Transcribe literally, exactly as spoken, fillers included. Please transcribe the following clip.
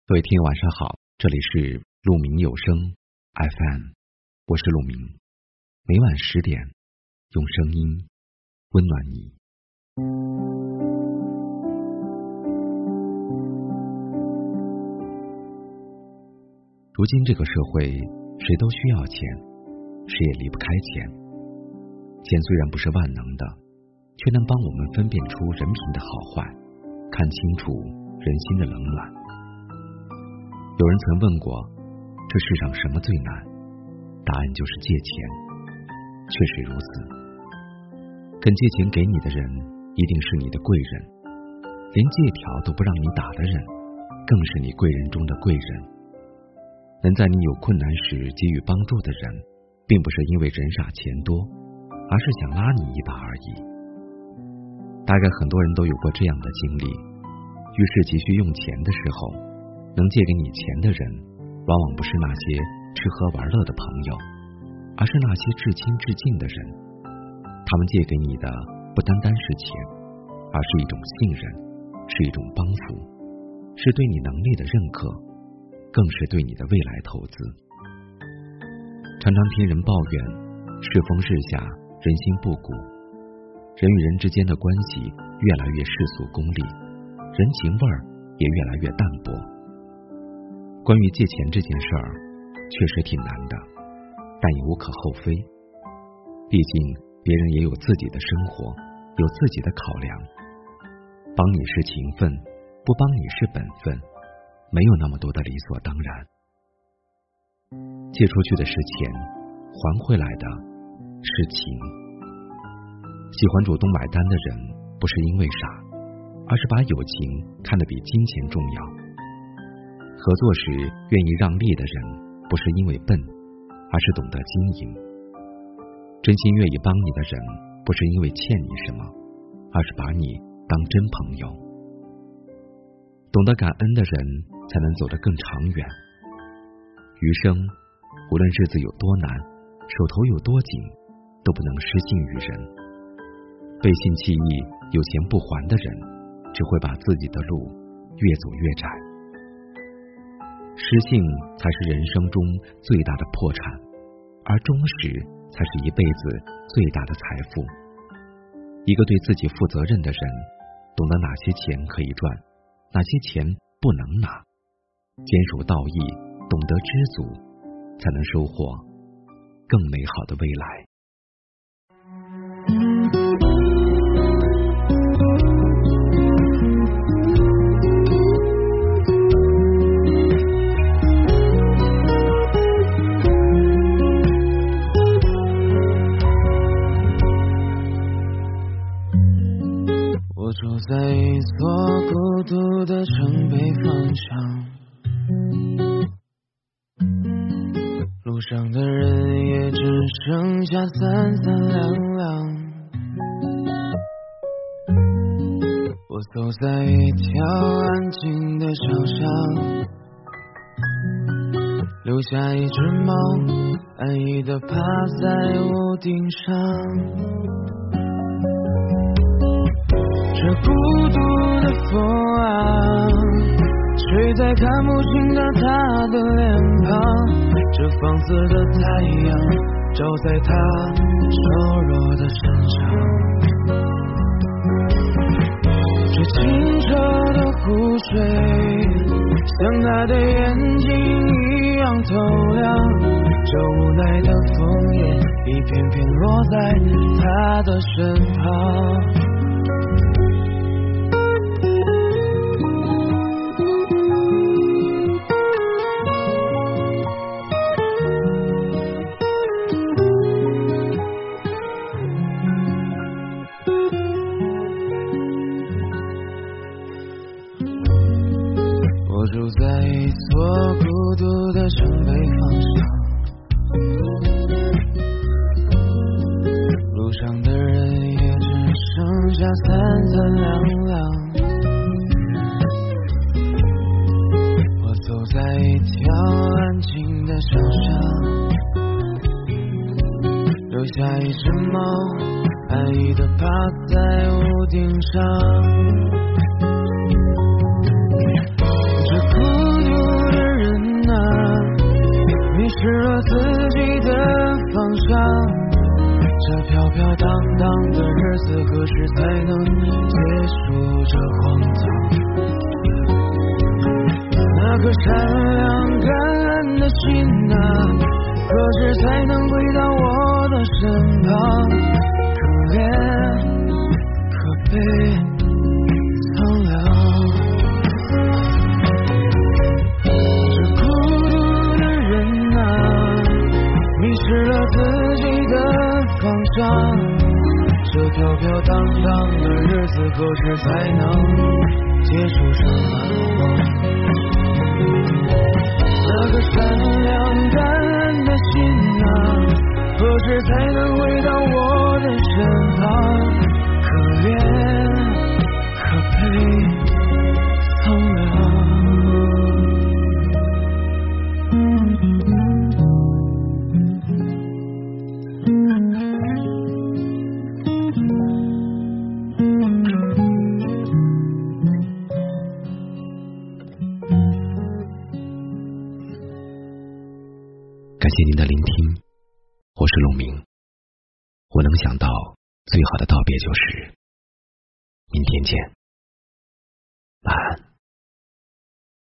各位听友晚上好，这里是鹿鸣有声 F M， 我是鹿鸣，每晚十点用声音温暖你。如今这个社会，谁都需要钱，谁也离不开钱。钱虽然不是万能的，却能帮我们分辨出人品的好坏，看清楚人心的冷暖。有人曾问过，这世上什么最难？答案就是借钱。确实如此，肯借钱给你的人一定是你的贵人，连借条都不让你打的人更是你贵人中的贵人。能在你有困难时给予帮助的人，并不是因为人傻钱多，而是想拉你一把而已。大概很多人都有过这样的经历，遇事急需用钱的时候，能借给你钱的人往往不是那些吃喝玩乐的朋友，而是那些至亲至敬的人。他们借给你的不单单是钱，而是一种信任，是一种帮扶，是对你能力的认可，更是对你的未来投资。常常听人抱怨世风日下，人心不古，人与人之间的关系越来越世俗功利，人情味儿也越来越淡薄。关于借钱这件事儿，确实挺难的，但也无可厚非。毕竟别人也有自己的生活，有自己的考量。帮你是情分，不帮你是本分，没有那么多的理所当然。借出去的是钱，还回来的是情。喜欢主动买单的人，不是因为傻，而是把友情看得比金钱重要。合作时愿意让利的人，不是因为笨，而是懂得经营。真心愿意帮你的人，不是因为欠你什么，而是把你当真朋友。懂得感恩的人，才能走得更长远。余生无论日子有多难，手头有多紧，都不能失信于人。背信弃义有钱不还的人，只会把自己的路越走越窄。失信才是人生中最大的破产，而忠实才是一辈子最大的财富。一个对自己负责任的人，懂得哪些钱可以赚，哪些钱不能拿，坚守道义，懂得知足，才能收获更美好的未来。 我住在一座孤独的城北方向，路上的人也只剩下三三两两。我走在一条安静的小巷，留下一只猫安逸地趴在屋顶上。这孤独的风啊，吹在看不清的他的脸庞，这放肆的太阳照在他瘦弱的身上，这清澈的湖水像他的眼睛一样透亮，这无奈的枫叶一片片落在他的身旁。我住在一座孤独的城北方向，路上的人也只剩下三三两两。我走在一条安静的小巷，留下一只猫安逸地趴在屋顶上。这孤独那颗善良感恩的心啊，何时才能归到我的身旁？可怜可悲苍凉，这孤独的人啊，迷失了自己的方向，这飘飘荡荡的日子何时才能结束上难忘？那个善良感恩的心啊，何时才能回到我的身旁？可怜可悲苍凉。 感谢您的聆听，我是陆明。我能想到最好的道别就是明天见，晚安。